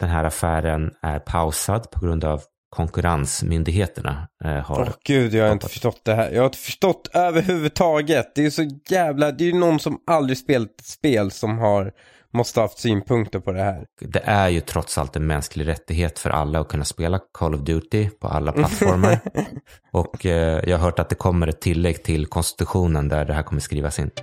den här affären är pausad på grund av konkurrensmyndigheterna Gud, jag har inte förstått det här. Jag har inte förstått överhuvudtaget. Det är så jävla... Det är ju någon som aldrig spelat ett spel som måste ha haft synpunkter på det här. Det är ju trots allt en mänsklig rättighet för alla att kunna spela Call of Duty på alla plattformar. Och jag har hört att det kommer ett tillägg till konstitutionen där det här kommer skrivas in.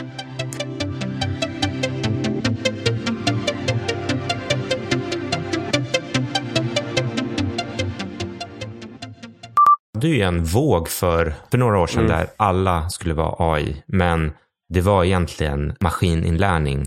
Det är ju en våg för några år sedan där alla skulle vara AI. Men det var egentligen maskininlärning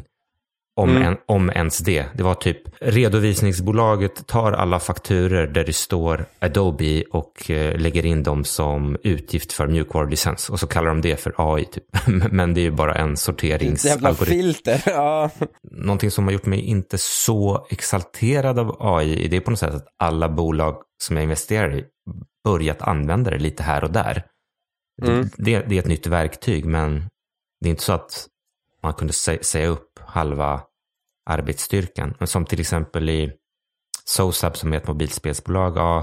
om ens det. Det var typ redovisningsbolaget tar alla fakturer där det står Adobe och lägger in dem som utgift för mjukvarulicens. Och så kallar de det för AI typ. Men det är ju bara en sorteringsalgoritm. Jävla filter, ja. Någonting som har gjort mig inte så exalterad av AI, det är på något sätt att alla bolag som jag investerar i börjat använda det lite här och där. Det är ett nytt verktyg, men det är inte så att man kunde säga upp halva arbetsstyrkan. Men som till exempel i SOSAB som är ett mobilspelsbolag,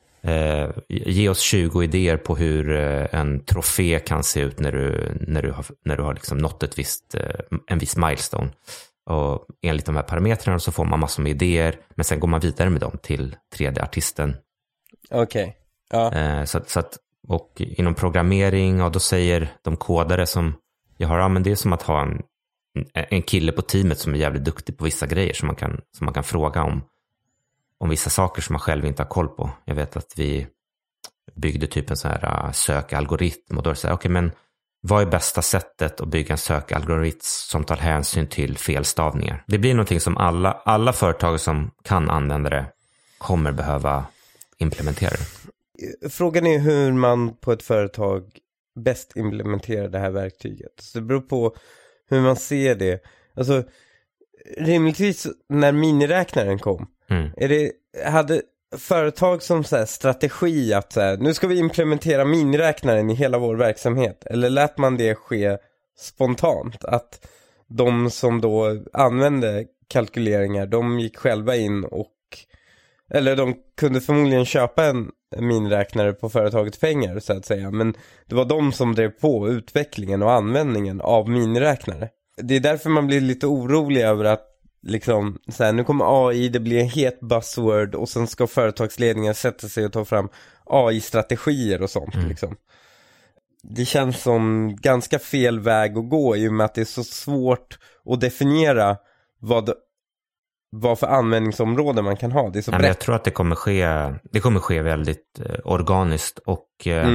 ge oss 20 idéer på hur en trofé kan se ut när du har liksom nått en viss milestone. Och enligt de här parametrarna så får man massor med idéer, men sen går man vidare med dem till 3D-artisten. Okej. Ja. Så att, och inom programmering, då säger de kodare som jag har, men det är som att ha en kille på teamet som är jävligt duktig på vissa grejer som man kan fråga om vissa saker som man själv inte har koll på. Jag vet att vi byggde typ en sån här sökalgoritm, och då är det så här, okej, men vad är bästa sättet att bygga en sökalgoritm som tar hänsyn till felstavningar? Det blir någonting som alla företag som kan använda det kommer behöva implementera det. Frågan är hur man på ett företag bäst implementerar det här verktyget. Så det beror på hur man ser det. Alltså, rimligtvis när miniräknaren kom, hade företag som så här strategi att så här, nu ska vi implementera miniräknaren i hela vår verksamhet, eller lät man det ske spontant, att de som då använde kalkyleringar, de gick själva in eller de kunde förmodligen köpa en miniräknare på företagets pengar så att säga, men det var de som drev på utvecklingen och användningen av miniräknare. Det är därför man blir lite orolig över att liksom, så här, nu kommer AI, det blir en het buzzword, och sen ska företagsledningen sätta sig och ta fram AI-strategier och sånt liksom. Det känns som ganska fel väg att gå, i och med att det är så svårt att definiera vad för användningsområden man kan ha. Det är så brett. Jag tror att det kommer ske väldigt organiskt, och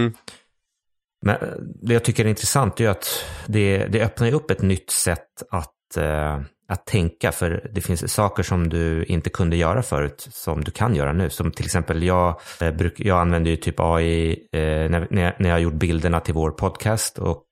men det jag tycker är intressant är att det öppnar upp ett nytt sätt att tänka, för det finns saker som du inte kunde göra förut som du kan göra nu. Som till exempel jag använder ju typ AI när jag gjort bilderna till vår podcast, och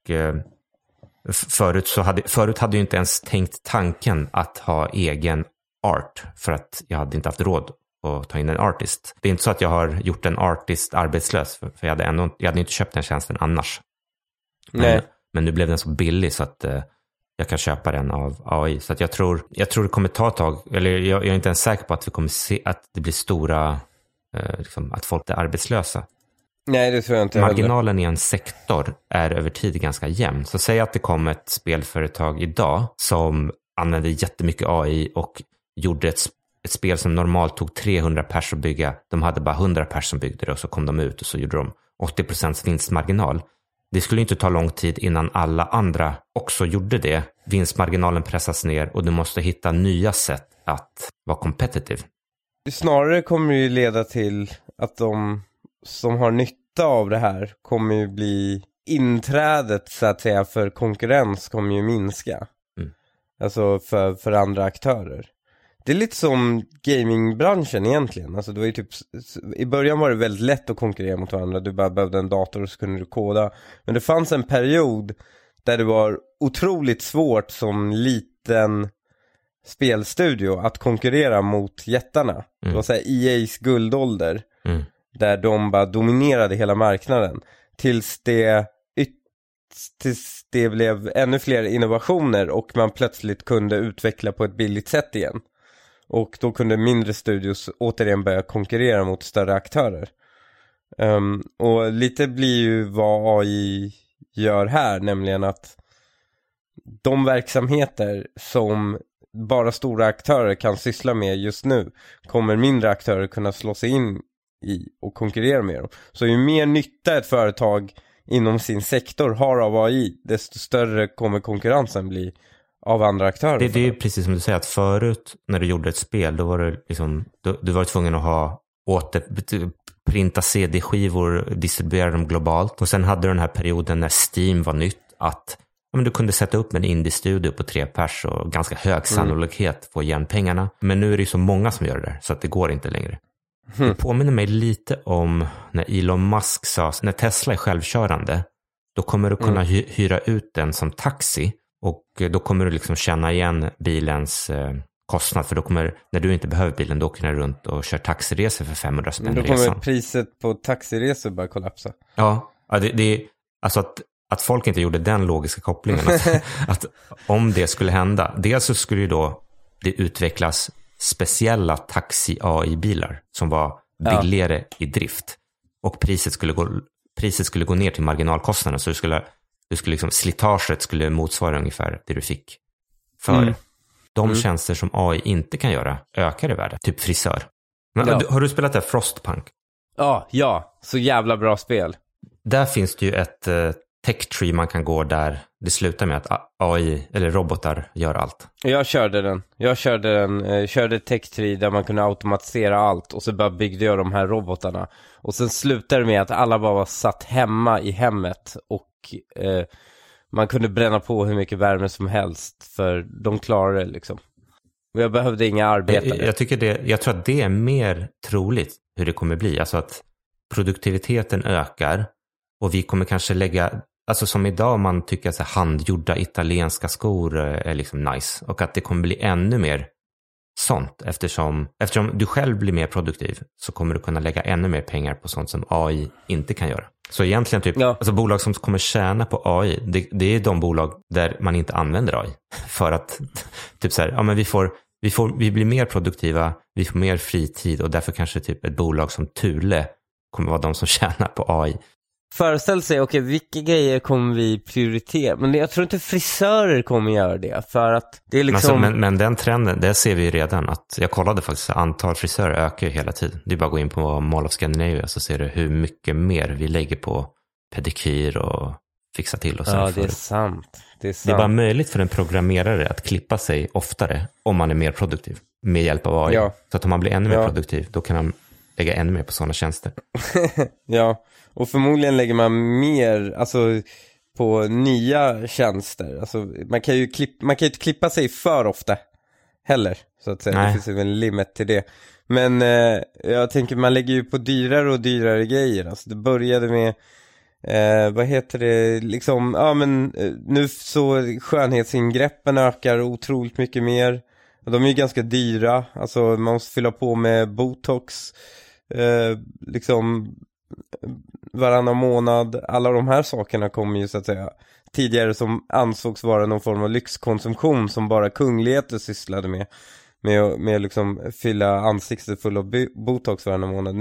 förut hade jag inte ens tänkt tanken att ha egen art, för att jag hade inte haft råd att ta in en artist. Det är inte så att jag har gjort en artist arbetslös, för jag hade inte köpt den tjänsten annars. Men nu blev den så billig så att jag kan köpa den av AI. Så att jag tror det kommer ta ett tag, eller jag är inte ens säker på att vi kommer se att det blir stora, liksom, att folk är arbetslösa. Nej, det tror jag inte. Marginalen i en sektor är över tid ganska jämn. Så säg att det kom ett spelföretag idag som använde jättemycket AI och gjorde ett spel som normalt tog 300 pers att bygga. De hade bara 100 pers som byggde det, och så kom de ut och så gjorde de 80% vinstmarginal. Det skulle inte ta lång tid innan alla andra också gjorde det. Vinstmarginalen pressas ner, och du måste hitta nya sätt att vara competitive. Snarare kommer det ju leda till att de som har nytta av det här kommer ju bli inträdet, så att säga, för konkurrens kommer ju minska. Alltså för andra aktörer. Det är lite som gamingbranschen egentligen. Alltså det var ju typ, i början var det väldigt lätt att konkurrera mot varandra. Du bara behövde en dator och så kunde du koda. Men det fanns en period där det var otroligt svårt som liten spelstudio att konkurrera mot jättarna. Det var så här EA's guldålder. Där de bara dominerade hela marknaden. Tills det blev ännu fler innovationer och man plötsligt kunde utveckla på ett billigt sätt igen. Och då kunde mindre studios återigen börja konkurrera mot större aktörer. Och lite blir ju vad AI gör här, nämligen att de verksamheter som bara stora aktörer kan syssla med just nu kommer mindre aktörer kunna slå sig in i och konkurrera med dem. Så ju mer nytta ett företag inom sin sektor har av AI, desto större kommer konkurrensen bli av andra aktörer. Det är precis som du säger, att förut när du gjorde ett spel, då var det liksom, du var tvungen att ha printa CD-skivor, distribuera dem globalt. Och sen hade du den här perioden när Steam var nytt, att men du kunde sätta upp en indie-studio på 3 pers och ganska hög sannolikhet få igen pengarna. Men nu är det ju så många som gör det där, så att det går inte längre. Det påminner mig lite om när Elon Musk sa, när Tesla är självkörande, då kommer du kunna hyra ut den som taxi, och då kommer du liksom känna igen bilens kostnad, för då kommer, när du inte behöver bilen, då åker du runt och kör taxiresor för 500 spänn. Då kommer priset på taxiresor bara kollapsa. Ja, det är alltså att folk inte gjorde den logiska kopplingen. Att om det skulle hända, dels så skulle ju då det utvecklas speciella taxi-AI-bilar som var billigare i drift. Och priset skulle gå ner till marginalkostnaden, så du skulle liksom, slitaget skulle motsvara ungefär det du fick för. De tjänster som AI inte kan göra ökar i värde, typ frisör. Men, har du spelat det Frostpunk? Ja, så jävla bra spel. Där finns det ju ett tech tree man kan gå där det slutar med att AI eller robotar gör allt. Jag körde tech tree där man kunde automatisera allt, och så bara byggde jag de här robotarna. Och sen slutade det med att alla bara var satt hemma i hemmet, och man kunde bränna på hur mycket värme som helst, för de klarade det liksom. Och jag behövde inga arbetare. Jag tror att det är mer troligt hur det kommer bli. Alltså att produktiviteten ökar, och vi kommer kanske lägga, alltså som idag man tycker att så handgjorda italienska skor är liksom nice, och att det kommer bli ännu mer sånt, eftersom du själv blir mer produktiv, så kommer du kunna lägga ännu mer pengar på sånt som AI inte kan göra. Så egentligen typ, alltså bolag som kommer tjäna på AI, det är de bolag där man inte använder AI. För att typ så här, ja men vi blir mer produktiva, vi får mer fritid, och därför kanske typ ett bolag som Thule kommer vara de som tjänar på AI. Föreställ sig, okej, vilka grejer kommer vi prioritera? Men jag tror inte frisörer kommer göra det, för att det är liksom... Men den trenden, det ser vi ju redan, att jag kollade faktiskt, antal frisörer ökar ju hela tiden. Det är bara att gå in på Mall of Scandinavia, så ser du hur mycket mer vi lägger på pedikyr och fixa till och så. Ja, det är sant. Det är bara möjligt för en programmerare att klippa sig oftare om man är mer produktiv med hjälp av AI. Ja. Så att om man blir ännu mer produktiv, då kan man lägga ännu mer på sådana tjänster. Ja, och förmodligen lägger man mer på nya tjänster. Alltså, man kan ju inte klippa sig för ofta heller, så att säga. Nej. Det finns ju en limit till det. Men jag tänker, man lägger ju på dyrare och dyrare grejer. Alltså, det började med vad heter det, liksom, nu så skönhetsingreppen ökar otroligt mycket mer. De är ju ganska dyra. Alltså man måste fylla på med botox liksom varannan månad. Alla de här sakerna kommer ju så att säga tidigare som ansågs vara någon form av lyxkonsumtion som bara kungligheter sysslade med liksom fylla ansiktet full av botox varannan månad.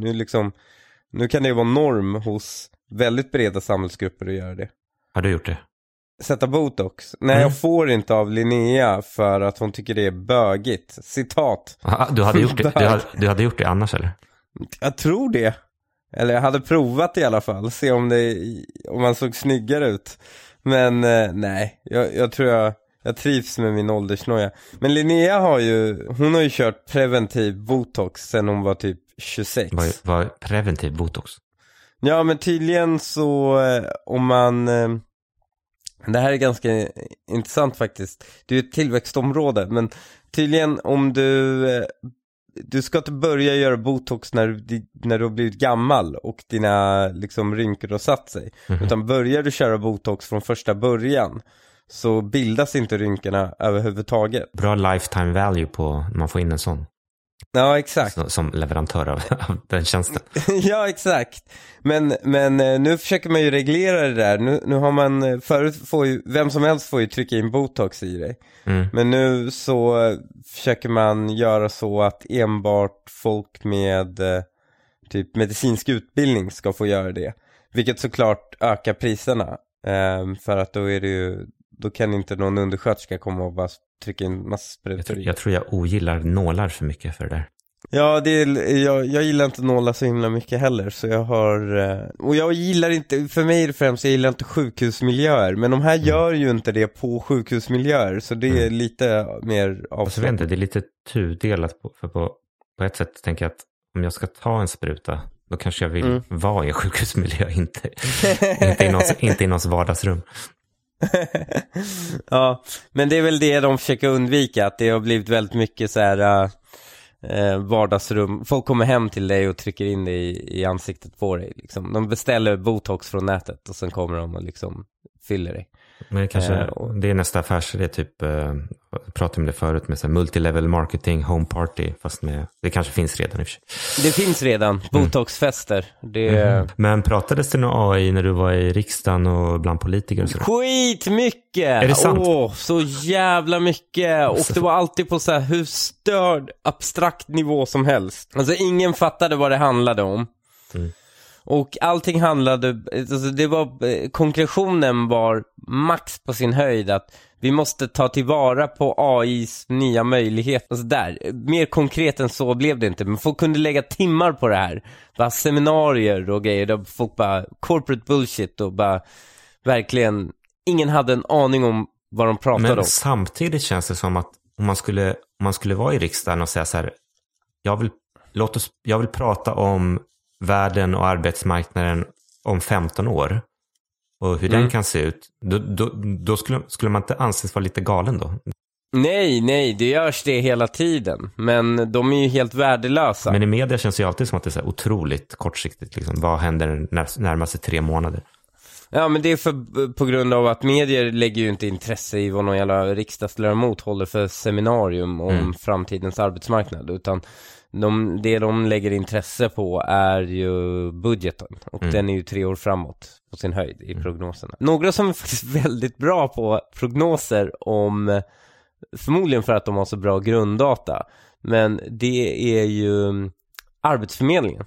Nu kan det vara norm hos väldigt breda samhällsgrupper att göra det. Har du gjort det? Sätta botox? Nej, jag får inte av Linnea för att hon tycker det är bögigt. Citat. Aha, du hade gjort det annars, eller? Jag tror det. Eller jag hade provat i alla fall. Se om man såg snyggare ut. Men nej, jag tror jag trivs med min åldersnoja. Men Linnea har ju kört preventiv botox sedan hon var typ 26. Vad är preventiv botox? Ja, men tydligen så om man... det här är ganska intressant faktiskt. Det är ju ett tillväxtområde, men tydligen om du ska inte börja göra botox när du har blivit gammal och dina liksom rynkor har satt sig. Utan börjar du köra botox från första början, så bildas inte rynkorna överhuvudtaget. Bra lifetime value på när man får in en sån. Ja, exakt. Som leverantör av den tjänsten. Ja, exakt. Men nu försöker man ju reglera det där. Nu har man, förut får ju, vem som helst får ju trycka in botox i dig. Men nu så försöker man göra så att enbart folk med typ medicinsk utbildning ska få göra det. Vilket såklart ökar priserna. För att då är det ju, då kan inte någon undersköterska komma och bara trycka in massa sprutor. Jag tror jag ogillar nålar för mycket för det där. Ja, jag gillar inte nålar så himla mycket heller. Så jag har, och jag gillar inte, för mig är det främst, jag gillar inte sjukhusmiljöer. Men de här gör ju inte det på sjukhusmiljöer. Så det är lite mer avstånd. Jag vet inte, det är lite tudelat på ett sätt tänker jag att om jag ska ta en spruta, då kanske jag vill vara i en sjukhusmiljö, inte i någons vardagsrum. Ja, men det är väl det de försöker undvika, att det har blivit väldigt mycket så här vardagsrum. Folk kommer hem till dig och trycker in det i ansiktet på dig liksom. De beställer botox från nätet och sen kommer de och liksom fyller dig. Men kanske det är nästa affärsidé typ, jag pratade om det förut med så här multilevel marketing, home party, fast det kanske finns redan i och för sig. Det finns redan, botoxfester. Men pratades det någon AI när du var i riksdagen och bland politiker? Och skitmycket! Är det sant? Så jävla mycket. Och det var alltid på så här hur störd, abstrakt nivå som helst. Alltså ingen fattade vad det handlade om. Och allting handlade, alltså det var, konklusionen var max på sin höjd att vi måste ta tillvara på AIs nya möjligheter. Alltså där, mer konkret än så blev det inte. Men folk kunde lägga timmar på det här. Bara seminarier och grejer där folk bara corporate bullshit och bara verkligen, ingen hade en aning om vad de pratade om. Men samtidigt känns det som att om man skulle vara i riksdagen och säga så här, jag vill prata om världen och arbetsmarknaden om 15 år och hur den kan se ut, då skulle man inte anses vara lite galen då? Nej, det görs det hela tiden, men de är ju helt värdelösa. Men i media känns det ju alltid som att det är så här otroligt kortsiktigt liksom. Vad händer närmaste 3 månader? Ja, men det är på grund av att medier lägger ju inte intresse i vad någon jävla riksdagsledamot håller för seminarium om framtidens arbetsmarknad, utan det de lägger intresse på är ju budgeten. Och den är ju 3 år framåt på sin höjd i prognoserna. Några som är faktiskt väldigt bra på prognoser om, förmodligen för att de har så bra grunddata, men det är ju Arbetsförmedlingen.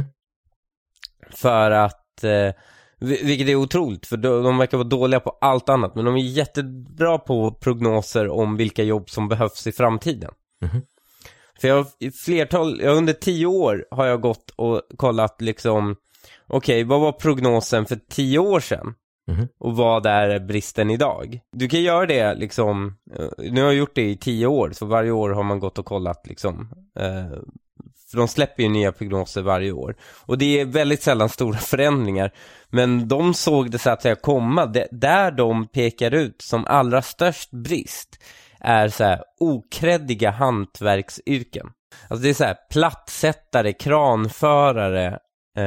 För att vilket är otroligt, för de verkar vara dåliga på allt annat, men de är jättebra på prognoser om vilka jobb som behövs i framtiden. För jag under 10 år har jag gått och kollat liksom, okej, vad var prognosen för 10 år sedan? Och vad är bristen idag? Du kan göra det liksom, nu har jag gjort det i 10 år, så varje år har man gått och kollat liksom, för de släpper ju nya prognoser varje år. Och det är väldigt sällan stora förändringar, men de såg det så att säga komma, där de pekar ut som allra störst brist är så här okreddiga hantverksyrken. Alltså det är så här plattsättare, kranförare,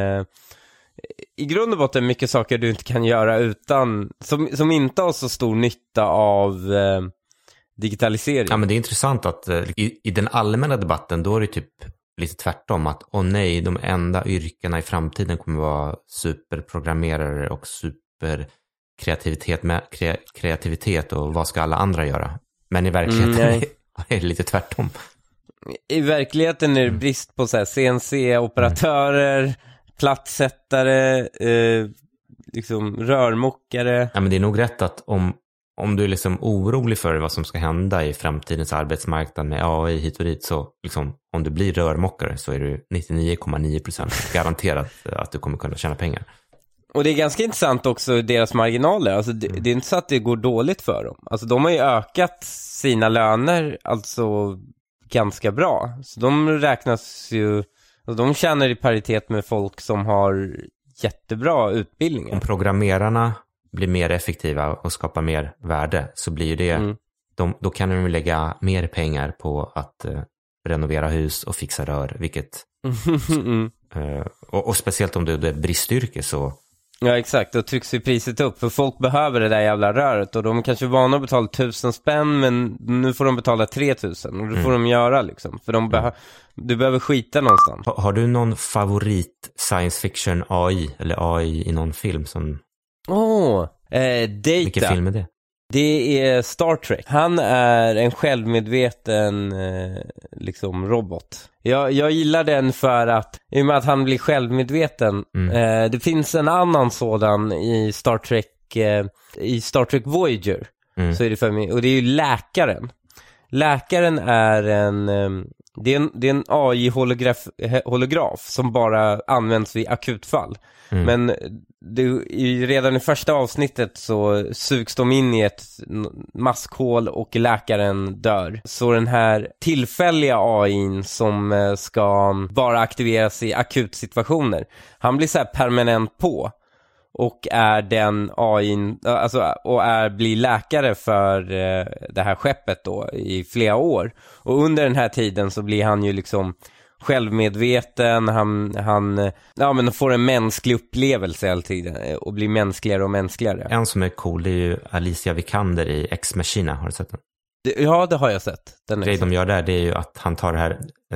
i grund och botten mycket saker du inte kan göra utan, som inte har så stor nytta av digitalisering. Ja, men det är intressant att i den allmänna debatten då är det typ lite tvärtom, att nej, de enda yrkena i framtiden kommer vara superprogrammerare och superkreativitet och vad ska alla andra göra? Men i verkligheten är det lite tvärtom. I verkligheten är det brist på så här CNC-operatörer, plattsättare, liksom rörmokare. Ja, men det är nog rätt att om du är liksom orolig för vad som ska hända i framtidens arbetsmarknad med AI hit och dit, så liksom, om du blir rörmokare så är du 99,9% garanterat att du kommer kunna tjäna pengar. Och det är ganska intressant också deras marginaler. Alltså det är inte så att det går dåligt för dem. Alltså de har ju ökat sina löner alltså ganska bra. Så de räknas ju, alltså de tjänar i paritet med folk som har jättebra utbildningar. Om programmerarna blir mer effektiva och skapar mer värde, så blir ju det, då kan de lägga mer pengar på att renovera hus och fixa rör, vilket och speciellt om det är bristyrke, så Ja, exakt. Då trycks ju priset upp. För folk behöver det där jävla röret. Och de kanske är vana att betala 1000 spänn. Men nu får de betala 3000. Och det får de göra liksom. För du behöver skita någonstans. Har du någon favorit science fiction AI? Eller AI i någon film som... Data. Vilken film är det? Det är Star Trek. Han är en självmedveten liksom robot. Jag gillar den för att i och med att han blir självmedveten. Det finns en annan sådan i Star Trek Voyager. Så är det för mig, och det är ju läkaren. Läkaren är det är en AI-holograf som bara används vid akutfall. Men redan i första avsnittet så sugs de in i ett maskhål och läkaren dör. Så den här tillfälliga AI:n som ska bara aktiveras i akutsituationer, han blir så här permanent på. Och är den AI:n, alltså, blir läkare för det här skeppet då i flera år. Och under den här tiden så blir han ju liksom självmedveten, han får en mänsklig upplevelse hela tiden och blir mänskligare och mänskligare. En som är cool är ju Alicia Vikander i Ex Machina, har du sett den? Ja, det har jag sett. Det de gör där, det är ju att han tar det här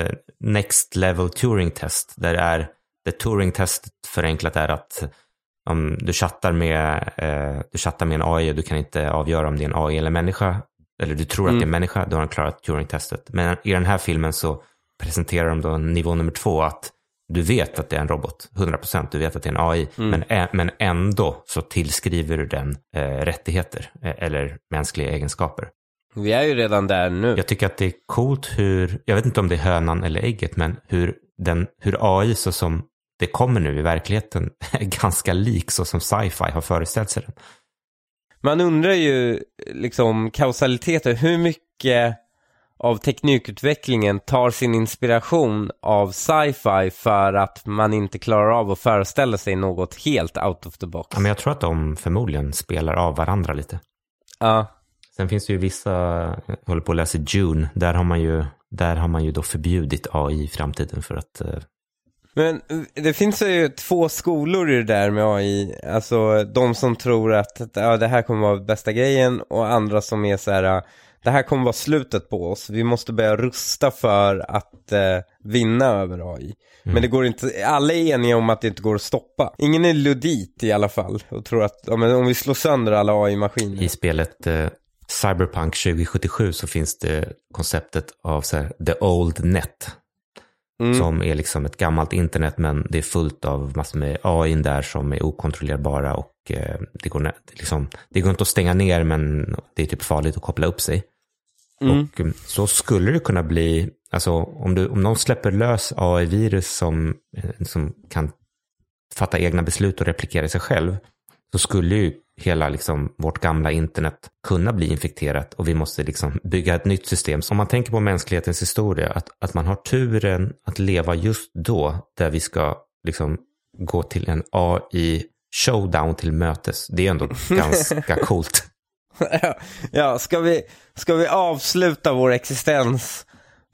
Next Level Turing Test, där är det Turing Test förenklat är att om du chattar med en AI och du kan inte avgöra om det är en AI eller människa, eller du tror att det är en människa, då har han klarat Turing-testet. Men i den här filmen så presenterar de då nivå nummer 2, att du vet att det är en robot, 100%, du vet att det är en AI, men ändå så tillskriver du den rättigheter eller mänskliga egenskaper. Vi är ju redan där nu. Jag tycker att det är coolt jag vet inte om det är hönan eller ägget, men hur AI så som det kommer nu i verkligheten är ganska lik så som sci-fi har föreställt sig den. Man undrar ju liksom kausaliteter, hur mycket av teknikutvecklingen tar sin inspiration av sci-fi för att man inte klarar av att föreställa sig något helt out of the box. Ja, men jag tror att de förmodligen spelar av varandra lite. Ja. Sen finns det ju vissa, jag håller på att läsa Dune, där har man ju då förbjudit AI i framtiden för att... Men det finns ju 2 skolor i det där med AI. Alltså de som tror att det här kommer vara bästa grejen, och andra som är så här: det här kommer vara slutet på oss. Vi måste börja rusta för att vinna över AI. Men det går inte, alla är eniga om att det inte går att stoppa. Ingen är ludit i alla fall och tror att om vi slår sönder alla AI-maskiner. I spelet Cyberpunk 2077 så finns det konceptet av så här, the old net. Som är liksom ett gammalt internet, men det är fullt av massor med AI där som är okontrollerbara, och det går inte att stänga ner, men det är typ farligt att koppla upp sig. Och så skulle det kunna bli, alltså om någon släpper lös AI-virus som kan fatta egna beslut och replikera sig själv, så skulle ju hela liksom vårt gamla internet kunna bli infekterat, och vi måste liksom bygga ett nytt system. Så om man tänker på mänsklighetens historia, att man har turen att leva just då där vi ska liksom gå till en AI-showdown till mötes, det är ändå ganska coolt. Ja, ska vi avsluta vår existens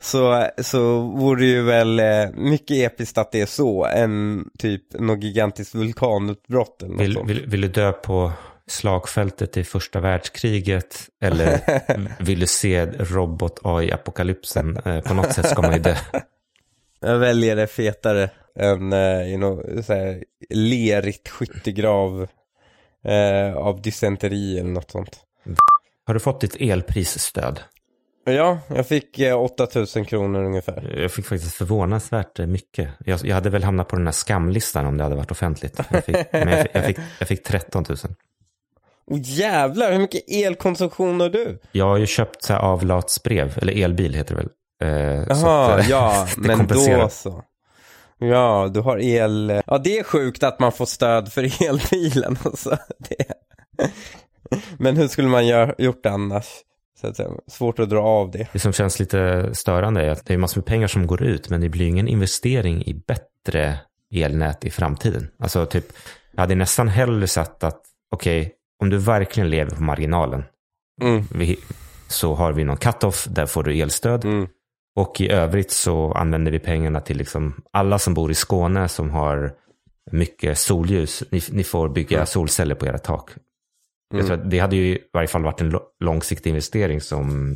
så vore det ju väl mycket episkt att det är så, en typ något gigantiskt vulkanutbrott eller något sånt. Vill du dö på slagfältet i första världskriget, eller vill du se robot-AI-apokalypsen? På något sätt ska man ju dö. Jag väljer det fetare än i någon så här lerigt skyttegrav av dysenteri eller något sånt. Har du fått ditt elprisstöd? Ja, jag fick 8000 kronor ungefär. Jag fick faktiskt förvånansvärt mycket. Jag hade väl hamnat på den här skamlistan om det hade varit offentligt. Jag fick 13 000. Jävlar, hur mycket elkonsumtion har du? Jag har ju köpt så här avlatsbrev, eller elbil heter det väl. Jaha, ja, men då så. Ja, du har el. Ja, det är sjukt att man får stöd för elbilen. Alltså. Men hur skulle man gjort det annars? Så att säga, svårt att dra av det. Det som känns lite störande är att det är massor med pengar som går ut, men det blir ingen investering i bättre elnät i framtiden. Alltså typ, jag hade nästan hellre sett att okej, om du verkligen lever på marginalen så har vi någon cut-off, där får du elstöd. Och i övrigt så använder vi pengarna till liksom alla som bor i Skåne som har mycket solljus. Ni får bygga solceller på era tak. Jag tror att det hade ju i varje fall varit en långsiktig investering som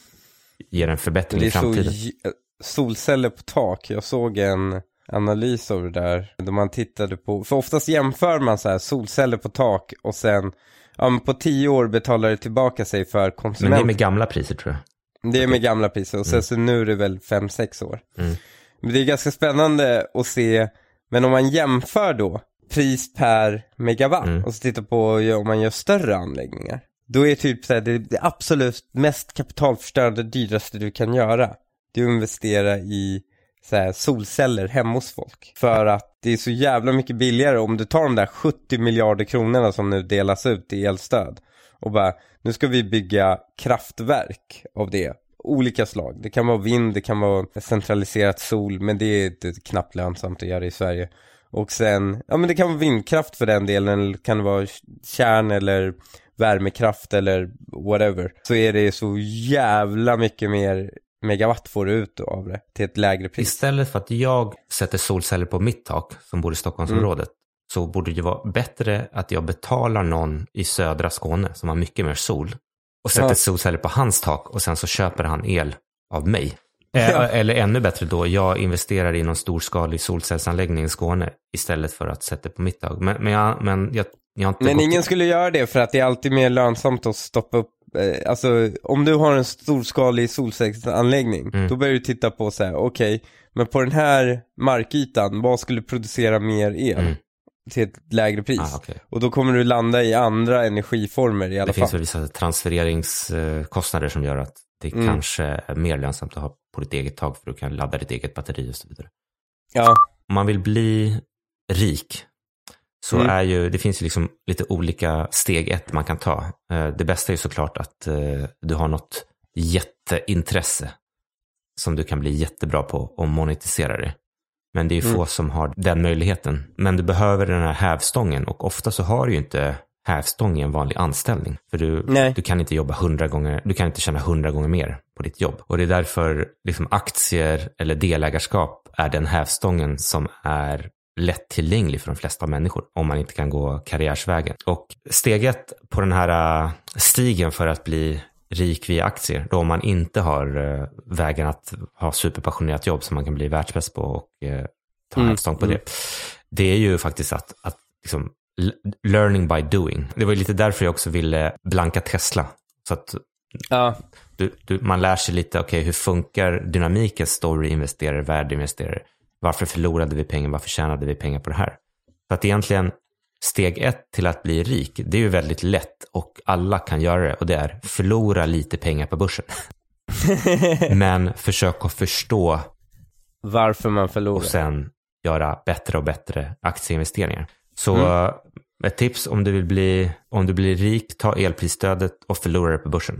ger en förbättring i framtiden. Solceller på tak. Jag såg en analys av det där. Då man tittade på, för oftast jämför man så här solceller på tak och sen på 10 år betalar det tillbaka sig för konsumenten. Men det är med gamla priser tror jag. Det är med gamla priser och sen så nu är det väl 5-6 år. Men det är ganska spännande att se, men om man jämför då pris per megawatt och så tittar på om man gör större anläggningar, då är typ så här, det absolut mest kapitalförstörande dyraste du kan göra, det är att investera i så här solceller hemma hos folk. För att det är så jävla mycket billigare om du tar de där 70 miljarder kronorna som nu delas ut i elstöd och bara, nu ska vi bygga kraftverk av det. Olika slag. Det kan vara vind, det kan vara centraliserat sol, men det är knappt lönsamt att göra i Sverige. Och sen, men det kan vara vindkraft för den delen, eller kan det vara kärn eller värmekraft eller whatever. Så är det så jävla mycket mer megawatt får du ut av det till ett lägre pris. Istället för att jag sätter solceller på mitt tak som bor i Stockholmsområdet så borde det vara bättre att jag betalar någon i södra Skåne som har mycket mer sol och sätter solceller på hans tak och sen så köper han el av mig. Eller ännu bättre då, jag investerar i någon storskalig solcellsanläggning i Skåne istället för att sätta på mitt tak. Men jag har inte ingen skulle göra det för att det är alltid mer lönsamt att stoppa upp. Alltså om du har en storskalig solcellsanläggning då börjar du titta på så här, okej, men på den här markytan, vad skulle producera mer el till ett lägre pris? Och då kommer du landa i andra energiformer i alla fall. Det finns väl vissa transfereringskostnader som gör att det kanske är mer lönsamt att ha på ditt eget tak, för du kan ladda ditt eget batteri och så vidare. Ja. Om man vill bli rik så är ju, det finns ju liksom lite olika steg 1 man kan ta. Det bästa är ju såklart att du har något jätteintresse som du kan bli jättebra på och monetisera det. Men det är ju få som har den möjligheten. Men du behöver den här hävstången, och ofta så har du ju inte hävstång i en vanlig anställning. För du kan inte jobba 100 gånger, du kan inte tjäna 100 gånger mer på ditt jobb. Och det är därför liksom aktier eller delägarskap är den hävstången som är lättillgänglig för de flesta människor om man inte kan gå karriärsvägen. Och steget på den här stigen för att bli rik via aktier, då om man inte har vägen att ha superpassionerat jobb som man kan bli världsbäst på och ta hävstång på det är ju faktiskt att liksom learning by doing. Det var ju lite därför jag också ville blanka Tesla. Så att man lär sig lite, hur funkar dynamiken, story-investerare, värdeinvesterare. Varför förlorade vi pengar? Varför tjänade vi pengar på det här? För att egentligen steg 1 till att bli rik, det är ju väldigt lätt och alla kan göra det. Och det är förlora lite pengar på börsen. Men försök att förstå varför man förlorar. Och sen göra bättre och bättre aktieinvesteringar. Så ett tips om du blir rik, ta elprisstödet och förlora det på börsen.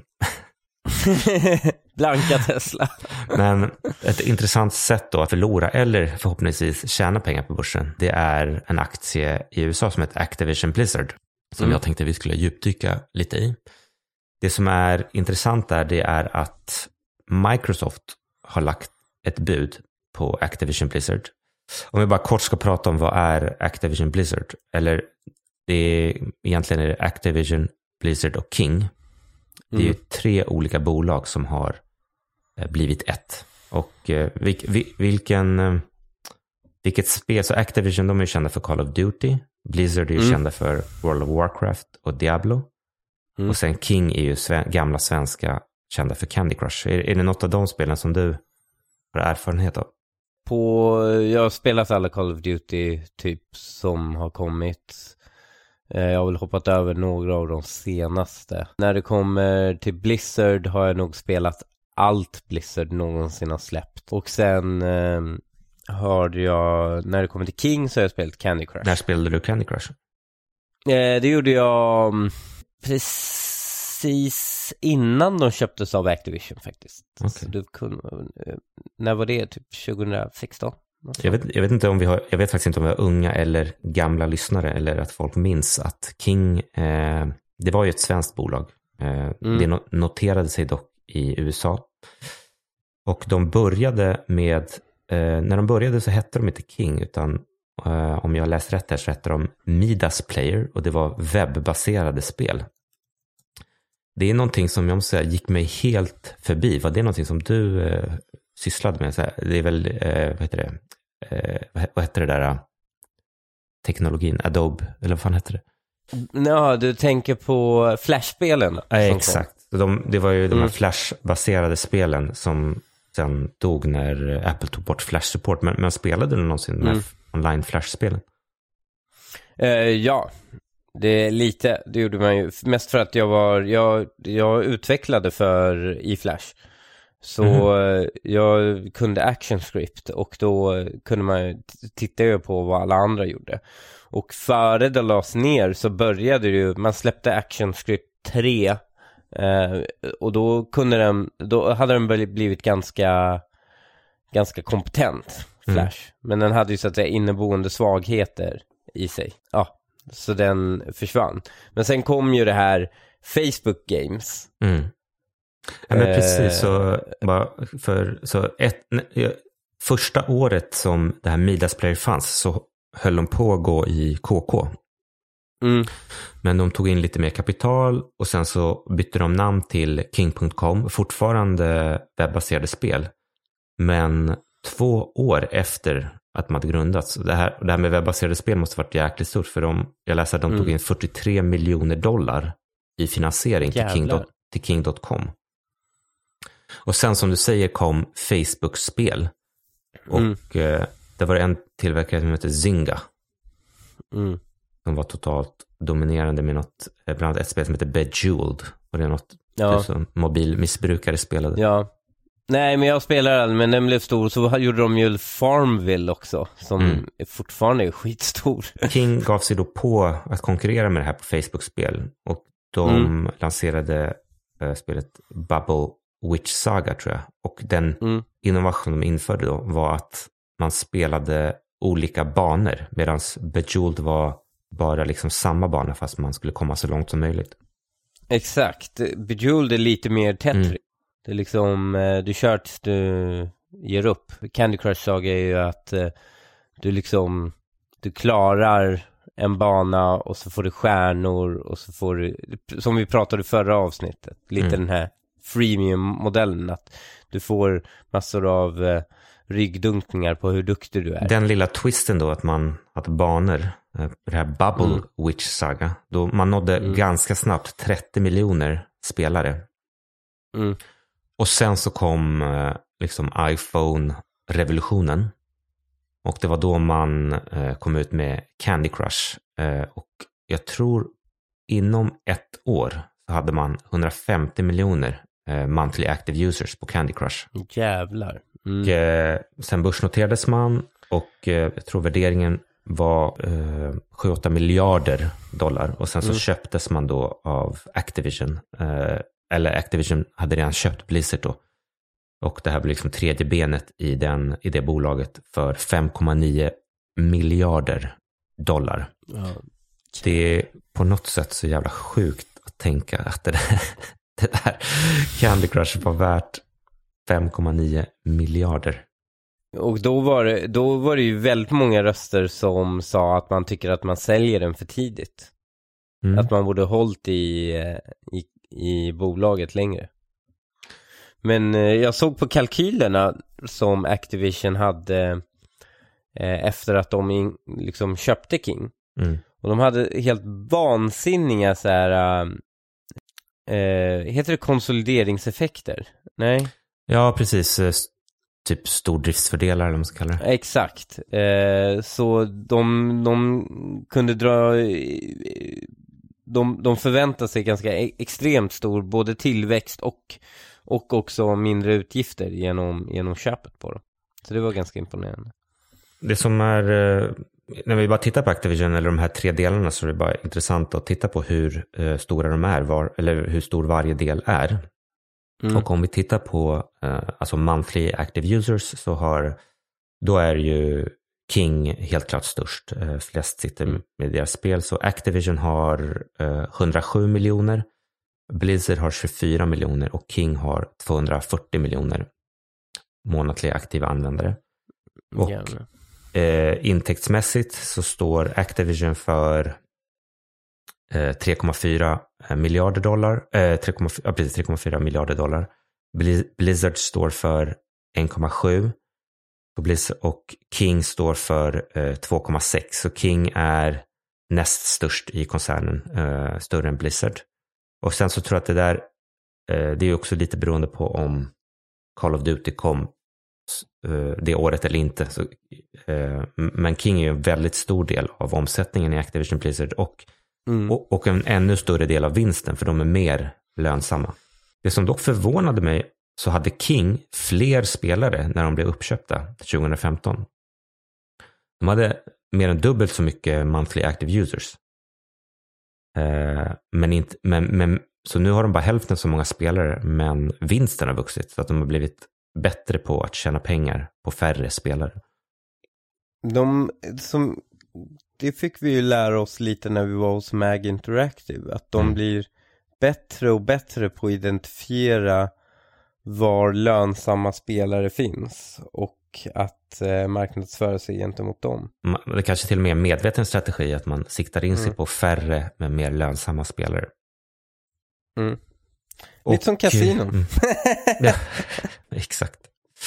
Blanka Tesla. Men ett intressant sätt då att förlora eller förhoppningsvis tjäna pengar på börsen, det är en aktie i USA som heter Activision Blizzard, som jag tänkte vi skulle djupdyka lite i. Det som är intressant där, det är att Microsoft har lagt ett bud på Activision Blizzard. Om vi bara kort ska prata om vad är Activision Blizzard, eller egentligen är det Activision, Blizzard och King. Det är ju 3 olika bolag som har blivit ett. Och vilket spel, så Activision, de är kända för Call of Duty. Blizzard är ju kända för World of Warcraft och Diablo. Och sen King är ju gamla svenska kända för Candy Crush. Är det något av de spelen som du har erfarenhet av? Jag har spelat alla Call of Duty typ som har kommit. Jag har väl hoppat över några av de senaste. När det kommer till Blizzard har jag nog spelat allt Blizzard någonsin har släppt. Och sen hörde jag, när det kommer till King så har jag spelat Candy Crush. När spelade du Candy Crush? Det gjorde jag precis innan de köptes av Activision faktiskt. Okay. Så du när var det? Typ 2016? Jag vet inte om jag vet faktiskt inte om vi har unga eller gamla lyssnare eller att folk minns att King, det var ju ett svenskt bolag. Det noterade sig dock i USA. Och de började med, när de började så hette de inte King utan om jag läst rätt här så heter de Midas Player och det var webbaserade spel. Det är någonting som jag måste säga gick mig helt förbi. Var det någonting som du sysslade med? Så här, det är väl, vad heter det? Vad heter det där? Teknologin, Adobe, eller vad fan heter det? Ja, du tänker på Flash-spelen. Exakt. Det var ju de här Flash-baserade spelen som sen dog när Apple tog bort Flash-support. Men spelade du någonsin med online Flash-spelen? Ja, det gjorde man ju. Mest för att jag utvecklade i Flash. Så jag kunde ActionScript och då kunde man titta på vad alla andra gjorde. Och före det lades ner så började man släppte ActionScript 3 och då hade den blivit ganska kompetent, Flash. Men den hade ju så att säga inneboende svagheter i sig. Ja, så den försvann. Men sen kom ju det här Facebook Games. Ja, men precis, första året som det här Midas Player fanns så höll de på att gå i KK. Men de tog in lite mer kapital och sen så bytte de namn till King.com, fortfarande webbaserade spel. Men 2 år efter att man hade grundats, det här med webbaserade spel måste varit jäkligt stort för jag läste att de tog in $43 miljoner i finansiering till King.com. Och sen som du säger kom Facebook-spel. Och det var en tillverkare som heter Zynga. Som var totalt dominerande med bland annat ett spel som heter Bejeweled. Och det är något som mobilmissbrukare spelade. Ja. Nej, men jag spelade den, men den blev stor. Så gjorde de ju Farmville också, som fortfarande är skitstor. King gav sig då på att konkurrera med det här på Facebook-spel. Och de lanserade spelet Bubble Witch Saga, tror jag. Och den innovation de införde då var att man spelade olika banor, medan Bejeweled var bara liksom samma bana fast man skulle komma så långt som möjligt. Exakt. Bejeweled är lite mer Tetris. Det är liksom, du kör tills du ger upp. Candy Crush Saga är ju att du klarar en bana och så får du stjärnor och så får du, som vi pratade i förra avsnittet, lite den här freemium-modellen, att du får massor av ryggdunkningar på hur duktig du är. Den lilla twisten då att banor, det här Bubble Witch Saga, då man nådde ganska snabbt 30 miljoner spelare. Och sen så kom liksom iPhone-revolutionen. Och det var då man kom ut med Candy Crush. Och jag tror inom 1 år så hade man 150 miljoner monthly active users på Candy Crush. Jävlar. Och sen börsnoterades man och jag tror värderingen var 7-8 miljarder dollar. Och sen så köptes man då av Activision. Eller Activision hade redan köpt Blizzard då. Och det här blev liksom tredje benet i det bolaget för 5,9 miljarder dollar. Det är på något sätt så jävla sjukt att tänka att det där Candy Crush var värt 5,9 miljarder. Och då var det ju väldigt många röster som sa att man tycker att man säljer den för tidigt. Att man borde hållit i bolaget längre. Men jag såg på kalkylerna som Activision hade efter att de liksom köpte King. Och de hade helt vansinniga så här heter det konsolideringseffekter? Nej. Ja, precis. Typ stordriftsfördelar eller vad man ska kalla det. Exakt. Så de kunde de förväntar sig ganska extremt stor både tillväxt och också mindre utgifter genom köpet på dem. Så det var ganska imponerande. Det som är, när vi bara tittar på Activision eller de här 3 delarna, så är det bara intressant att titta på hur stora de är, eller hur stor varje del är. Och om vi tittar på alltså monthly active users, då är ju King helt klart störst. Flest sitter med deras spel. Så Activision har 107 miljoner. Blizzard har 24 miljoner. Och King har 240 miljoner månatliga aktiva användare. Och intäktsmässigt så står Activision för 3,4 miljarder dollar. 3,4 miljarder dollar. Blizzard står för 1,7. Och King står för 2,6. Så King är näst störst i koncernen. Större än Blizzard. Och sen så tror jag att det är också lite beroende på om Call of Duty kom det året eller inte. Så, men King är ju en väldigt stor del av omsättningen i Activision Blizzard och en ännu större del av vinsten, för de är mer lönsamma. Det som dock förvånade mig, så hade King fler spelare när de blev uppköpta 2015. De hade mer än dubbelt så mycket monthly active users. Så nu har de bara hälften så många spelare, men vinsten har vuxit, så att de har blivit bättre på att tjäna pengar på färre spelare. Det fick vi ju lära oss lite när vi var hos Mag Interactive, att de blir bättre och bättre på att identifiera var lönsamma spelare finns och att marknadsföra sig gentemot dem. Det kanske till och med är en medveten strategi att man siktar in sig på färre men mer lönsamma spelare. Lite som kasinon. Ja, exakt.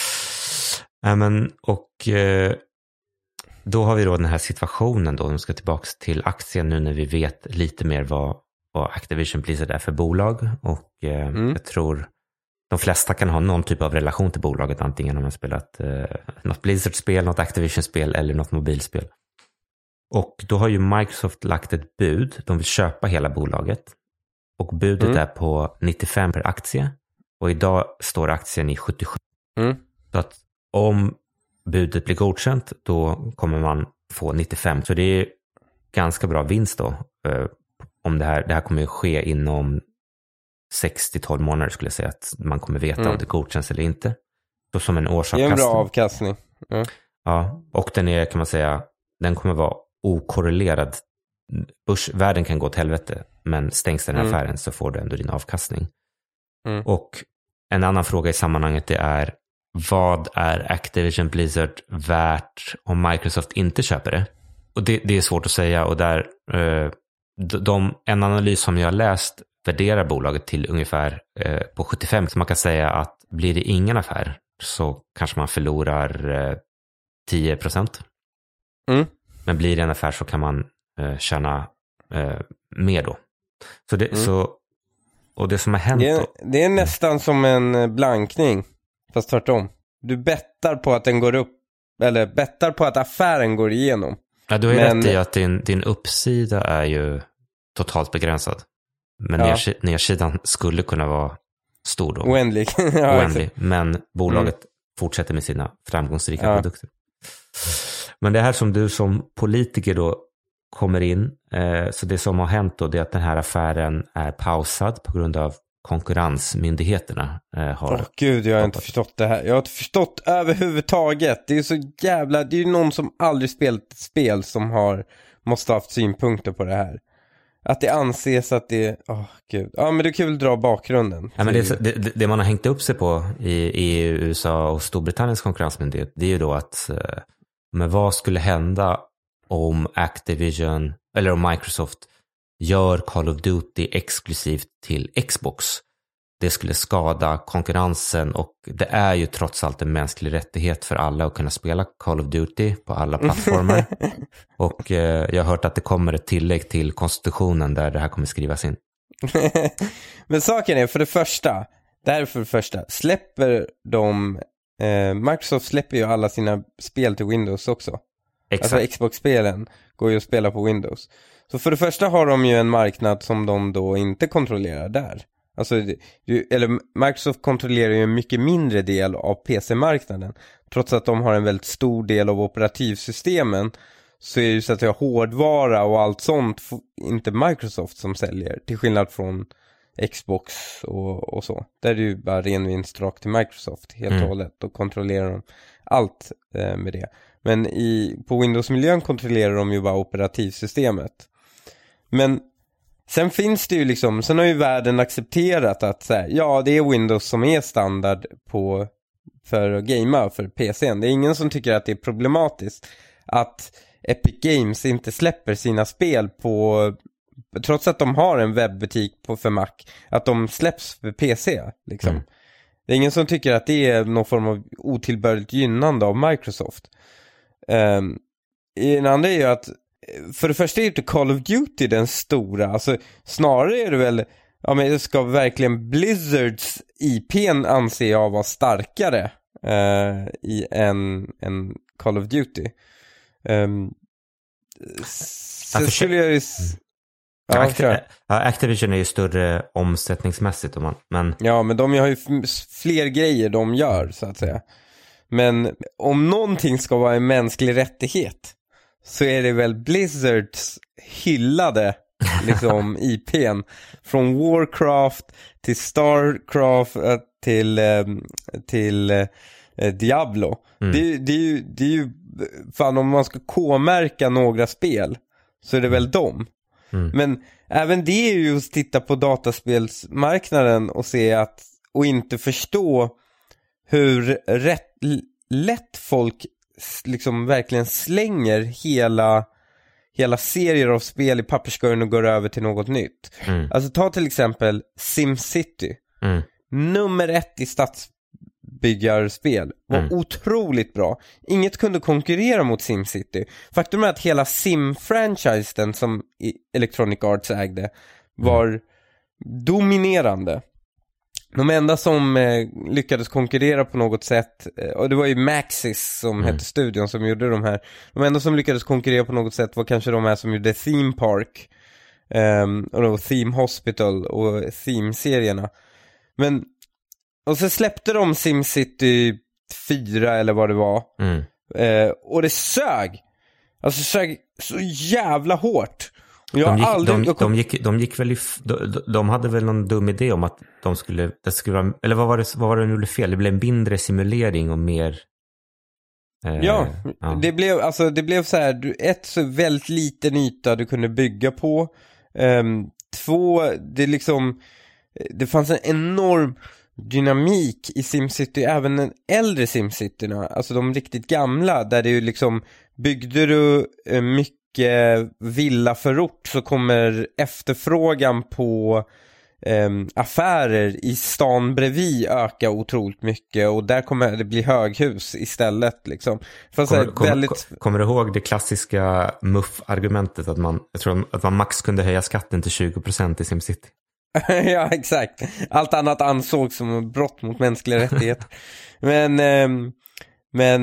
Då har vi då den här situationen då, de ska tillbaka till aktien nu när vi vet lite mer vad Activision Blizzard är för bolag, och jag tror de flesta kan ha någon typ av relation till bolaget, antingen om man spelat något Blizzard-spel, något Activision-spel eller något mobilspel. Och då har ju Microsoft lagt ett bud, de vill köpa hela bolaget, och budet är på 95 per aktie, och idag står aktien i 77. Så att om budet blir godkänt, då kommer man få 95. Så det är ganska bra vinst då. Om det här kommer att ske inom 6-12 månader, skulle jag säga, att man kommer veta om det godkänns eller inte. Så som en årsavkastning. Det är en bra avkastning. Ja, och den är, kan man säga, den kommer vara okorrelerad. Börsvärden kan gå till helvete, men stängs den här affären så får du ändå din avkastning. Och en annan fråga i sammanhanget, det är: vad är Activision Blizzard värt om Microsoft inte köper det? Och det är svårt att säga, och där en analys som jag har läst värderar bolaget till ungefär på 75, så man kan säga att blir det ingen affär så kanske man förlorar 10%. Men blir det en affär så kan man tjäna mer då. Och det som har hänt det är nästan som en blankning, fast tvärtom. Du bettar på att den går upp, eller bettar på att affären går igenom. Ja, du har ju rätt i att din uppsida är ju totalt begränsad. Men nedsidan skulle kunna vara stor då. Oändlig. Oändlig. Men bolaget fortsätter med sina framgångsrika produkter. Men det här som du som politiker då kommer in. Så det som har hänt då, det är att den här affären är pausad på grund av konkurrensmyndigheterna. Gud, jag har inte förstått det här. Jag har inte förstått överhuvudtaget. Det är så jävla... Det är ju någon som aldrig spelat ett spel som måste ha haft synpunkter på det här. Att det anses att det... Gud. Ja, men det är kul att dra bakgrunden. Ja, men det man har hängt upp sig på i EU, USA och Storbritanniens konkurrensmyndighet, det är ju då att men vad skulle hända om Activision eller om Microsoft gör Call of Duty exklusivt till Xbox? Det skulle skada konkurrensen, och det är ju trots allt en mänsklig rättighet för alla att kunna spela Call of Duty på alla plattformar. Och jag har hört att det kommer ett tillägg till konstitutionen där det här kommer skrivas in. Men saken är, för det första, släpper de Microsoft släpper ju alla sina spel till Windows också. Exakt. Alltså Xbox-spelen går ju att spela på Windows. Så för det första har de ju en marknad som de då inte kontrollerar där. Alltså, Microsoft kontrollerar ju en mycket mindre del av PC-marknaden. Trots att de har en väldigt stor del av operativsystemen, så är det ju så att jag hårdvara och allt sånt inte Microsoft som säljer. Till skillnad från Xbox och så. Där är det ju bara ren vinst rakt till Microsoft helt och hållet. Och kontrollerar de allt med det. Men på Windows-miljön kontrollerar de ju bara operativsystemet. Men sen finns det ju liksom, sen har ju världen accepterat att så här, ja, det är Windows som är standard för att gamea för PC:n. Det är ingen som tycker att det är problematiskt att Epic Games inte släpper sina spel på, trots att de har en webbutik för Mac, att de släpps för PC liksom. Det är ingen som tycker att det är någon form av otillbörligt gynnande av Microsoft. Den andra är ju att för det första är inte Call of Duty den stora, alltså snarare är det väl, ja men det ska verkligen Blizzards IP:n anser jag vara starkare i en Call of Duty. Så skulle jag ju... Activision är ju större omsättningsmässigt men... Ja, men de har ju fler grejer de gör så att säga. Men om någonting ska vara en mänsklig rättighet så är det väl Blizzards hyllade liksom IP:n från Warcraft till Starcraft till Diablo. Det är ju fan, om man ska K-märka några spel så är det väl dem. Men även det är ju att titta på dataspelsmarknaden och se att, och inte förstå hur lätt folk liksom verkligen slänger hela serier av spel i papperskorgen och går över till något nytt. Alltså ta till exempel SimCity. Nummer 1 i stadsbyggarspel var otroligt bra. Inget kunde konkurrera mot SimCity. Faktum är att hela Sim-franchisen som Electronic Arts ägde var dominerande. De enda som lyckades konkurrera på något sätt, och det var ju Maxis som hette studion som gjorde de här. De enda som lyckades konkurrera på något sätt var kanske de här som gjorde Theme Park och Theme Hospital och Theme-serierna. Men och så släppte de SimCity 4 eller vad det var. Och det sög. Alltså sög så jävla hårt. De gick väl de hade väl någon dum idé om att det skulle vara, eller vad var det nu blev fel? Det blev en mindre simulering och mer det blev så här, ett så väldigt liten yta du kunde bygga på. 2, det fanns en enorm dynamik i SimCity, även den äldre SimCityna, alltså de riktigt gamla, där det ju liksom, byggde du mycket villaförort så kommer efterfrågan på affärer i stan bredvid öka otroligt mycket, och där kommer det bli höghus istället liksom. Kommer du ihåg det klassiska muff-argumentet att jag tror att man max kunde höja skatten till 20% i SimCity? Ja, exakt. Allt annat ansågs som brott mot mänskliga rättigheter. Men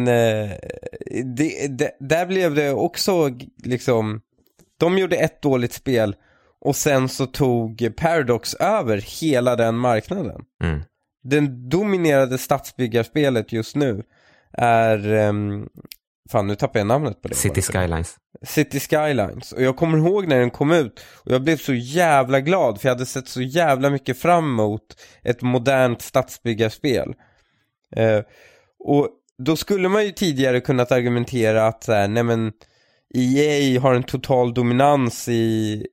där blev det också liksom, de gjorde ett dåligt spel och sen så tog Paradox över hela den marknaden. Den dominerade stadsbyggarspelet just nu är fan, nu tappar jag namnet på det. City Skylines. Och jag kommer ihåg när den kom ut och jag blev så jävla glad, för jag hade sett så jävla mycket fram emot ett modernt stadsbyggarspel. Och då skulle man ju tidigare kunnat argumentera att nej men EA har en total dominans i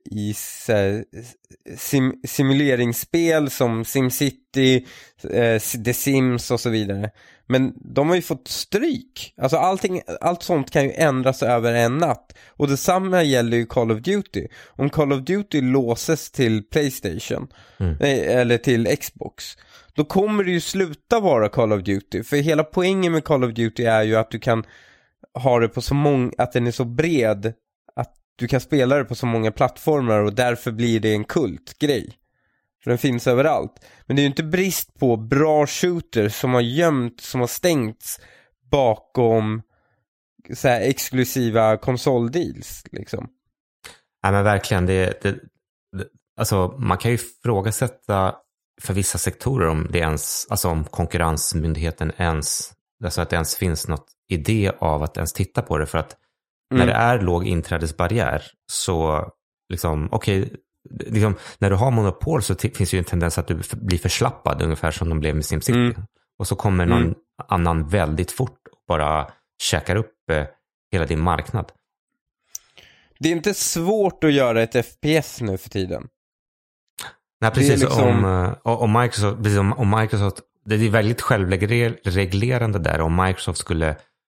simuleringsspel som SimCity, The Sims och så vidare. Men de har ju fått stryk. Alltså allt sånt kan ju ändras över en natt. Och detsamma gäller ju Call of Duty. Om Call of Duty låses till PlayStation eller till Xbox, då kommer det ju sluta vara Call of Duty. För hela poängen med Call of Duty är ju att du kan ha det på så många, att den är så bred att du kan spela det på så många plattformar, och därför blir det en kultgrej. För den finns överallt. Men det är ju inte brist på bra shooters som har stängts bakom så här exklusiva konsoldeals liksom. Nej, men verkligen, alltså man kan ju ifrågasätta för vissa sektorer om det ens, alltså om konkurrensmyndigheten ens, alltså att det ens finns något idé av att ens titta på det, för att när det är låg inträdesbarriär så liksom, liksom, när du har monopol så finns ju en tendens att du blir förslappad, ungefär som de blev med SimCity. Och så kommer någon annan väldigt fort och bara käkar upp hela din marknad. Det är inte svårt att göra ett FPS nu för tiden. Nej, precis. Om Microsoft, det är väldigt självreglerande där. Om Microsoft skulle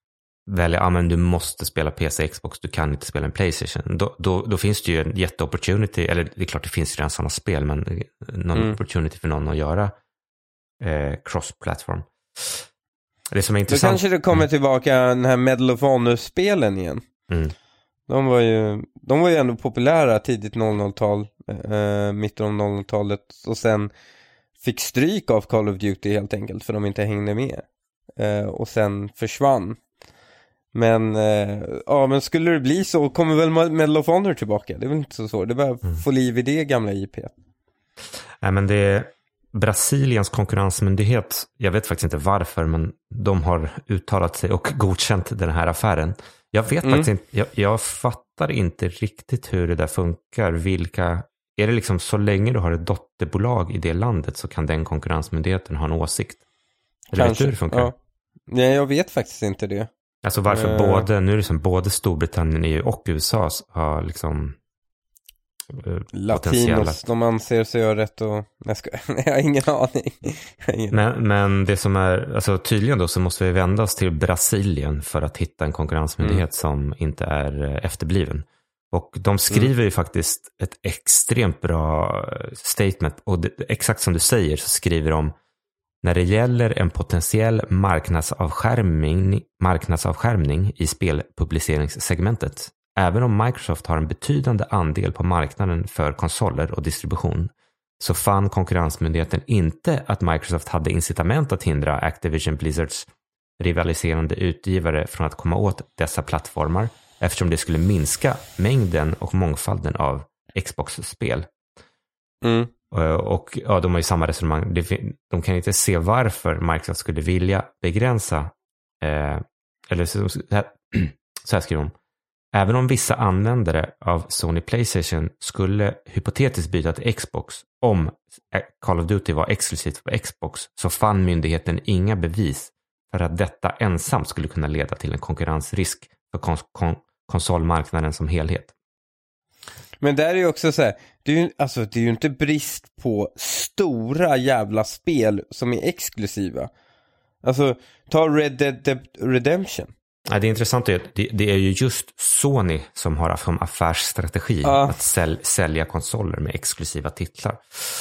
välja, men du måste spela PC, Xbox, du kan inte spela en PlayStation. Då finns det ju en jätteopportunity, eller det är klart det finns redan sådana spel, men någon opportunity för någon att göra cross-platform. Det som är intressant... Då kanske det kommer tillbaka den här Medal of Honor-spelen igen. De var ju ändå populära tidigt 00-tal, mitten av 00-talet, och sen fick stryk av Call of Duty helt enkelt för de inte hängde med. Och sen försvann. Men men skulle det bli så kommer väl Medal of Honor tillbaka. Det är väl inte så svårt. Det är bara att få liv i det gamla IP. Nej, men det är Brasiliens konkurrensmyndighet, jag vet faktiskt inte varför, men de har uttalat sig och godkänt den här affären. Jag vet faktiskt inte, jag fattar inte riktigt hur det där funkar. Är det liksom så länge du har ett dotterbolag i det landet så kan den konkurrensmyndigheten ha en åsikt? Eller vet du hur det funkar? Ja. Nej, jag vet faktiskt inte det. Alltså varför nu är det som både Storbritannien och USA har liksom Latinos, de anser sig ha rätt och... Jag har ingen aning. Men det som är, alltså tydligen då så måste vi vända oss till Brasilien för att hitta en konkurrensmyndighet som inte är efterbliven. Och de skriver ju faktiskt ett extremt bra statement, och exakt som du säger så skriver de: när det gäller en potentiell marknadsavskärmning i spelpubliceringssegmentet, även om Microsoft har en betydande andel på marknaden för konsoler och distribution, så fann konkurrensmyndigheten inte att Microsoft hade incitament att hindra Activision Blizzards rivaliserande utgivare från att komma åt dessa plattformar, eftersom det skulle minska mängden och mångfalden av Xbox-spel. Och ja, de har ju samma resonemang. De kan inte se varför Microsoft skulle vilja begränsa eller så här skriver de: även om vissa användare av Sony PlayStation skulle hypotetiskt byta till Xbox om Call of Duty var exklusivt på Xbox, så fann myndigheten inga bevis för att detta ensamt skulle kunna leda till en konkurrensrisk för konsolmarknaden som helhet. Men där är ju också så här, det är ju inte brist på stora jävla spel som är exklusiva. Alltså, ta Red Dead Redemption. Ja, det är intressant, det är ju just Sony som har som affärsstrategi att sälja konsoler med exklusiva titlar.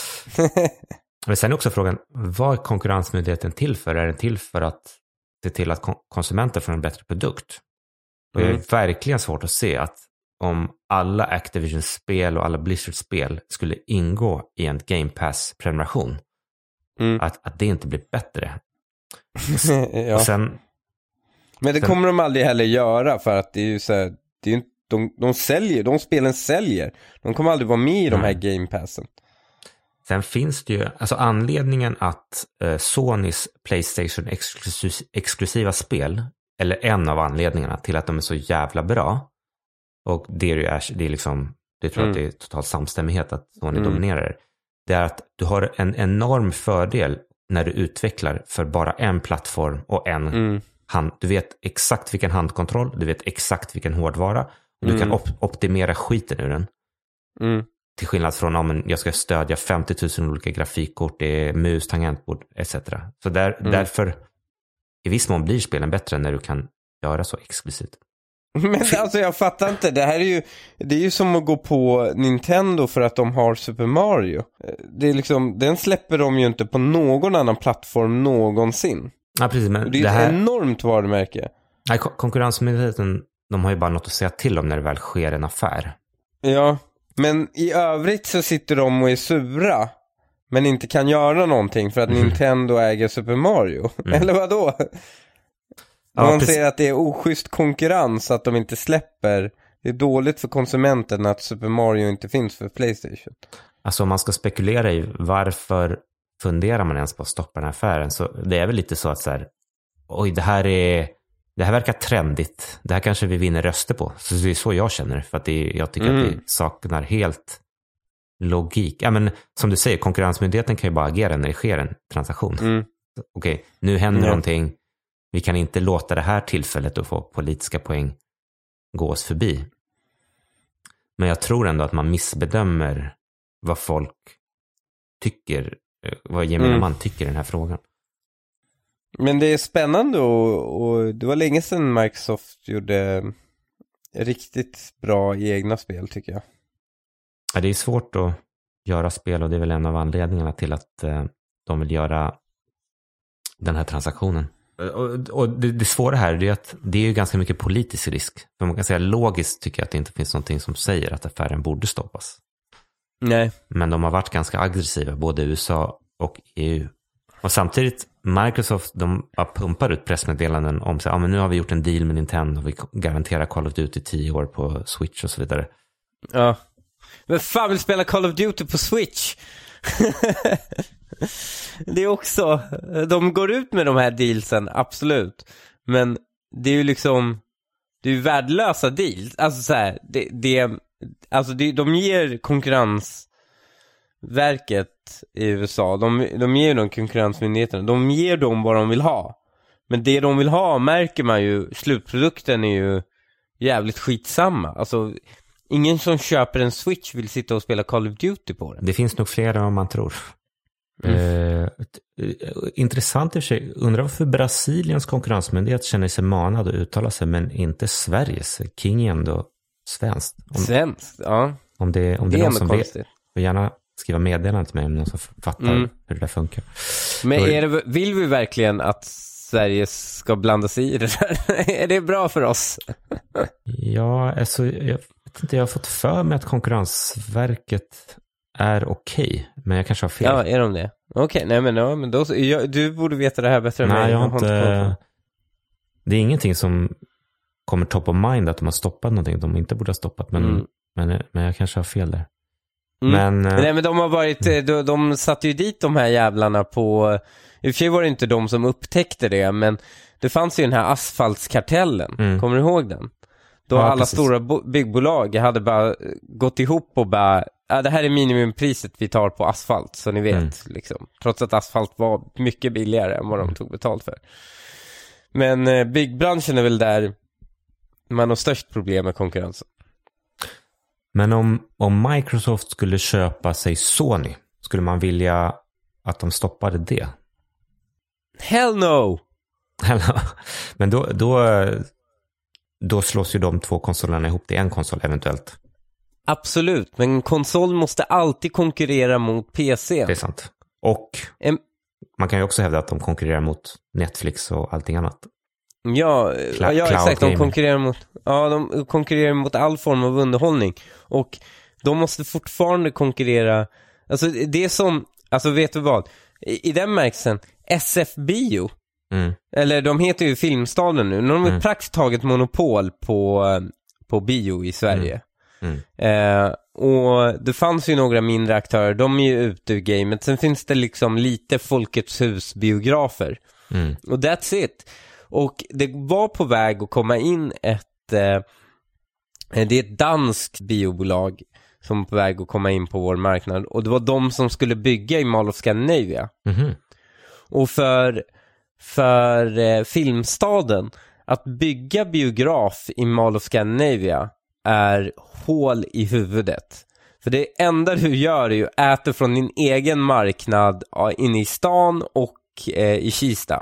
Men sen är också frågan, vad är konkurrensmyndigheten till för? Är den till för att se till att konsumenter får en bättre produkt? Det är verkligen svårt att se att om alla Activision-spel och alla Blizzard-spel skulle ingå i en Game Pass-prenumeration, att det inte blir bättre. Ja. Och sen, men det kommer de aldrig heller göra, för att det är ju så här, det är ju, de säljer, de spelen säljer. De kommer aldrig vara med i de här Game Passen. Sen finns det ju, alltså anledningen att Sonys PlayStation exklusiva spel, eller en av anledningarna till att de är så jävla bra, och det är liksom, det tror jag att det är totalt samstämmighet att Sony dominerar, det är att du har en enorm fördel när du utvecklar för bara en plattform och en hand. Du vet exakt vilken handkontroll, du vet exakt vilken hårdvara, och du kan optimera skiten ur den. Till skillnad från jag ska stödja 50 000 olika grafikkort, det är mus, tangentbord etc. Så därför i viss mån blir spelen bättre när du kan göra så exklusivt. Men alltså jag fattar inte, det är ju som att gå på Nintendo för att de har Super Mario. Det är liksom, den släpper de ju inte på någon annan plattform någonsin. Ja, precis, men det är ett enormt varumärke. Nej, konkurrensmyndigheten, de har ju bara något att säga till om när det väl sker en affär. Ja, men i övrigt så sitter de och är sura, men inte kan göra någonting för att Nintendo äger Super Mario. Eller vadå? Man säger att det är oschysst konkurrens att de inte släpper. Det är dåligt för konsumenten att Super Mario inte finns för PlayStation. Alltså om man ska spekulera i varför funderar man ens på att stoppa den här affären, så det är väl lite så att så här, oj, det här verkar trendigt. Det här kanske vi vinner röster på. Så det är så jag känner, för att jag tycker att det saknar helt logik. Ja, men som du säger, konkurrensmyndigheten kan ju bara agera när det sker en transaktion. Okej, nu händer någonting. Vi kan inte låta det här tillfället att få politiska poäng gå oss förbi. Men jag tror ändå att man missbedömer vad folk tycker, vad gemene man tycker i den här frågan. Men det är spännande och det var länge sedan Microsoft gjorde riktigt bra egna spel, tycker jag. Ja, det är svårt att göra spel, och det är väl en av anledningarna till att de vill göra den här transaktionen. Och det svåra här är att det är ju ganska mycket politisk risk. För man kan säga logiskt tycker jag att det inte finns någonting som säger att affären borde stoppas. Nej. Men de har varit ganska aggressiva, både USA och EU. Och samtidigt, Microsoft, de bara pumpar ut pressmeddelanden om så, men nu har vi gjort en deal med Nintendo och vi garanterar Call of Duty 10 år på Switch och så vidare. Ja. Men fan vill spela Call of Duty på Switch? Det är också, de går ut med de här dealsen, absolut. Men det är ju liksom, det är ju värdelösa deals. Alltså så här, de ger konkurrensverket i USA, de ger de konkurrensmyndigheterna, de ger dem vad de vill ha. Men det de vill ha märker man ju, slutprodukten är ju jävligt skitsamma. Alltså ingen som köper en Switch vill sitta och spela Call of Duty på den. Det finns nog fler än vad man tror. Intressant i och för sig. Undrar varför Brasiliens konkurrensmyndighet känner sig manad att uttala sig, men inte Sveriges. King är ändå svenskt. Svenskt, ja. Om det är någon som vet, får gärna skriva meddelande till mig om någon som fattar hur det där funkar. Men vill vi verkligen att Sverige ska blanda sig i det där? Är det bra för oss? Ja, alltså, jag har fått för mig att Konkurrensverket är okej, men jag kanske har fel. Ja, är de det? Okej, nej men då, du borde veta det här bättre än mig. Nej, jag har inte. Det är ingenting som kommer top of mind att de har stoppat någonting de inte borde ha stoppat, men jag kanske har fel där. Nej, men de har varit, de satte ju dit de här jävlarna på, i och för sig var det inte de som upptäckte det, men det fanns ju den här asfaltskartellen, kommer du ihåg den? Då alla precis. Stora byggbolag hade bara gått ihop och bara, det här är minimumpriset vi tar på asfalt, så ni vet, liksom. Trots att asfalt var mycket billigare än vad de tog betalt för. Men byggbranschen är väl där man har störst problem med konkurrensen. Men om Microsoft skulle köpa sig Sony, skulle man vilja att de stoppade det? Hell no! Men då slås ju de två konsolerna ihop till en konsol eventuellt. Absolut, men konsol måste alltid konkurrera mot PC. Det är sant. Och man kan ju också hävda att de konkurrerar mot Netflix och allting annat. Ja, exakt. De konkurrerar mot all form av underhållning. Och de måste fortfarande konkurrera. Alltså det är som, alltså vet du vad? I den märkelsen, SF Bio. Eller de heter ju Filmstaden nu. De har praktiskt taget monopol på bio i Sverige. Och det fanns ju några mindre aktörer. De är ju ute ur gamet. Sen finns det liksom lite Folkets hus-biografer. Och that's it. Och det var på väg att komma in det är ett danskt biobolag som var på väg att komma in på vår marknad. Och det var de som skulle bygga i Mall of Scandinavia. Och för Filmstaden att bygga biograf i Mall of Scandinavia är hål i huvudet. För det enda du gör är ju äta från din egen marknad inne i stan och i Kista.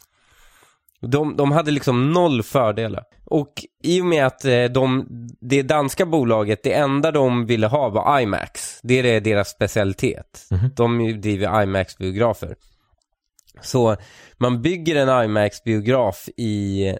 De hade liksom noll fördelar. Och i och med att det danska bolaget, det enda de ville ha var IMAX. Det är deras specialitet. De driver IMAX-biografer. Så man bygger en IMAX-biograf i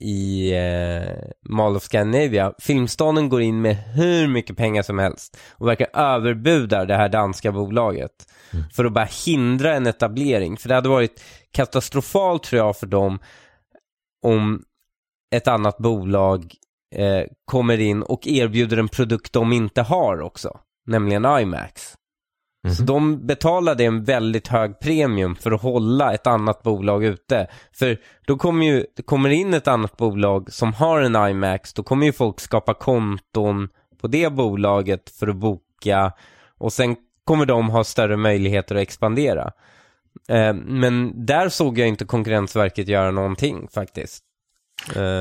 Mall of Scandinavia. Filmstaden går in med hur mycket pengar som helst och verkar överbudar det här danska bolaget för att bara hindra en etablering. För det hade varit katastrofalt, tror jag, för dem om ett annat bolag kommer in och erbjuder en produkt de inte har också, nämligen IMAX. Så de betalade en väldigt hög premium för att hålla ett annat bolag ute. För då kommer in ett annat bolag som har en IMAX, då kommer ju folk skapa konton på det bolaget för att boka, och sen kommer de ha större möjligheter att expandera. Men där såg jag inte Konkurrensverket göra någonting faktiskt.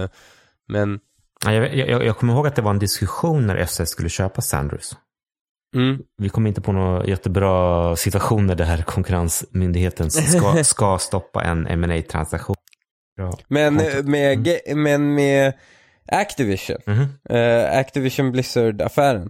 Men jag kommer ihåg att det var en diskussion när SS skulle köpa Sandrews. Vi kommer inte på några jättebra situationer där Konkurrensmyndigheten ska stoppa en M&A-transaktion. Men med Activision, Activision Blizzard-affären,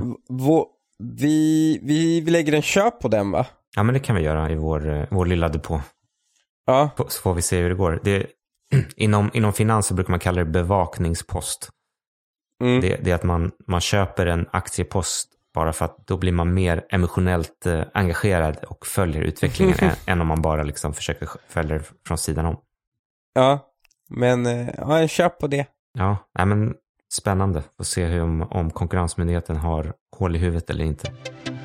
vi lägger en köp på den, va? Ja, men det kan vi göra i vår lilla depå. Ja. Så får vi se hur det går. Inom finans så brukar man kalla det bevakningspost. Det är att man köper en aktiepost bara för att då blir man mer emotionellt engagerad och följer utvecklingen än om man bara liksom försöker följa från sidan om. Ja, men en köp på det. Ja, men spännande att se om Konkurrensmyndigheten har hål i huvudet eller inte.